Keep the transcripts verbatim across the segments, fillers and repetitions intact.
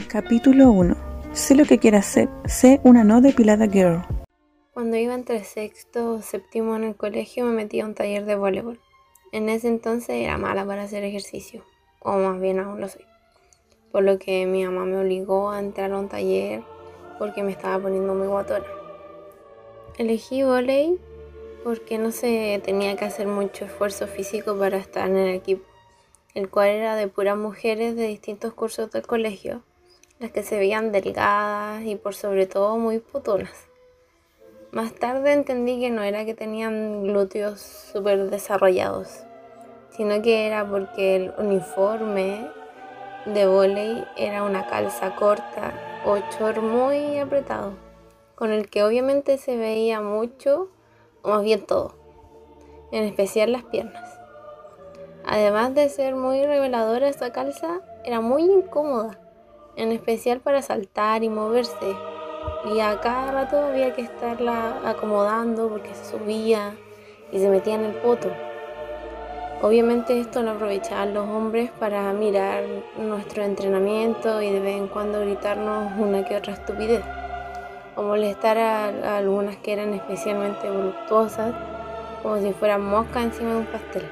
Capítulo uno. Sé lo que quieras ser. Sé una no depilada girl. Cuando iba entre sexto o séptimo en el colegio me metí a un taller de voleibol. En ese entonces era mala para hacer ejercicio, o más bien aún lo soy. Por lo que mi mamá me obligó a entrar a un taller porque me estaba poniendo muy guatona. Elegí voleibol porque no se tenía que hacer mucho esfuerzo físico para estar en el equipo, el cual era de puras mujeres de distintos cursos del colegio, las que se veían delgadas y por sobre todo muy putonas. Más tarde entendí que no era que tenían glúteos súper desarrollados, sino que era porque el uniforme de vóley era una calza corta o short muy apretado, con el que obviamente se veía mucho, o más bien todo, en especial las piernas. Además de ser muy reveladora, esta calza era muy incómoda, en especial para saltar y moverse, y a cada rato había que estarla acomodando porque se subía y se metía en el poto. Obviamente esto lo aprovechaban los hombres para mirar nuestro entrenamiento y de vez en cuando gritarnos una que otra estupidez, o molestar a, a algunas que eran especialmente voluptuosas, como si fueran moscas encima de un pastel.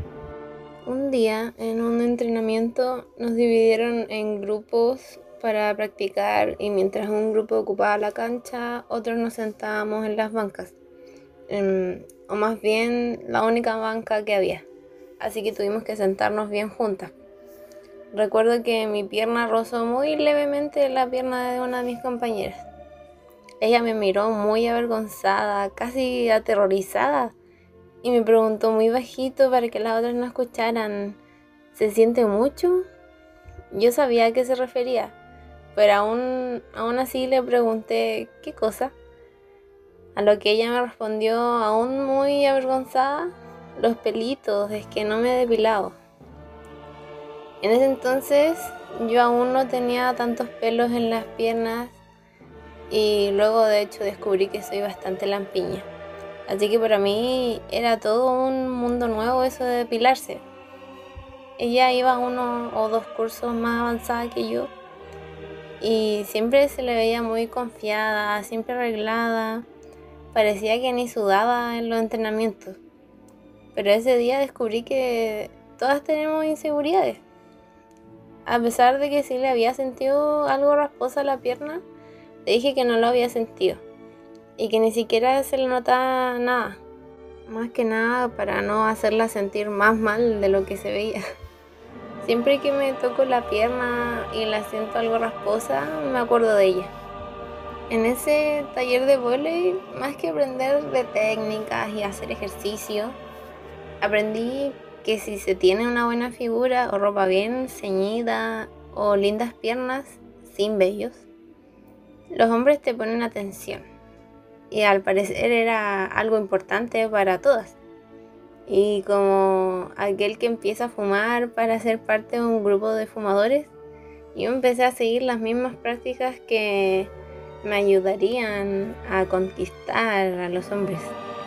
Un día, en un entrenamiento, nos dividieron en grupos para practicar y mientras un grupo ocupaba la cancha, otros nos sentábamos en las bancas, en, o más bien la única banca que había, así que tuvimos que sentarnos bien juntas. Recuerdo que mi pierna rozó muy levemente la pierna de una de mis compañeras. Ella me miró muy avergonzada, casi aterrorizada, y me preguntó muy bajito para que las otras no escucharan: ¿se siente mucho? Yo sabía a qué se refería, pero aún, aún así le pregunté ¿qué cosa? A lo que ella me respondió, aún muy avergonzada: los pelitos, es que no me he depilado. En ese entonces yo aún no tenía tantos pelos en las piernas y luego de hecho descubrí que soy bastante lampiña. Así que para mí era todo un mundo nuevo eso de depilarse. Ella iba a uno o dos cursos más avanzada que yo y siempre se le veía muy confiada, siempre arreglada. Parecía que ni sudaba en los entrenamientos. Pero ese día descubrí que todas tenemos inseguridades. A pesar de que sí le había sentido algo rasposa la pierna, le dije que no lo había sentido y que ni siquiera se le notaba nada. Más que nada para no hacerla sentir más mal de lo que se veía. Siempre que me toco la pierna y la siento algo rasposa, me acuerdo de ella. En ese taller de vóley, más que aprender de técnicas y hacer ejercicio, aprendí que si se tiene una buena figura o ropa bien ceñida o lindas piernas sin vellos, los hombres te ponen atención. Y al parecer era algo importante para todas. Y como aquel que empieza a fumar para ser parte de un grupo de fumadores, yo empecé a seguir las mismas prácticas que me ayudarían a conquistar a los hombres.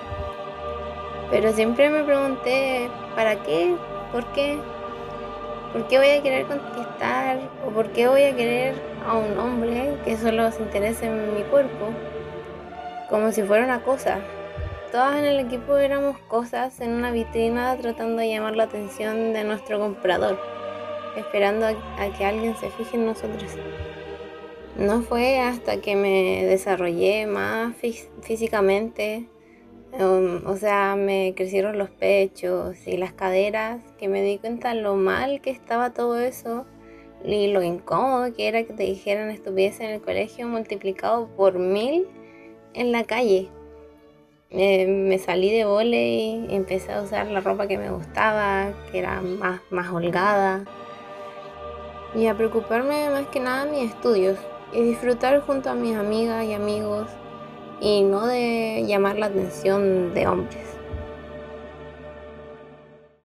Pero siempre me pregunté, ¿para qué? ¿Por qué? ¿Por qué voy a querer conquistar? ¿O por qué voy a querer a un hombre que solo se interese en mi cuerpo? Como si fuera una cosa. Todas en el equipo éramos cosas en una vitrina tratando de llamar la atención de nuestro comprador, esperando a, a que alguien se fije en nosotros. No fue hasta que me desarrollé más fí- físicamente, um, o sea, me crecieron los pechos y las caderas, que me di cuenta lo mal que estaba todo eso y lo incómodo que era que te dijeran estupideces en el colegio multiplicado por mil en la calle. Eh, me salí de vóley y empecé a usar la ropa que me gustaba, que era más, más holgada, y a preocuparme más que nada de mis estudios y disfrutar junto a mis amigas y amigos y no de llamar la atención de hombres.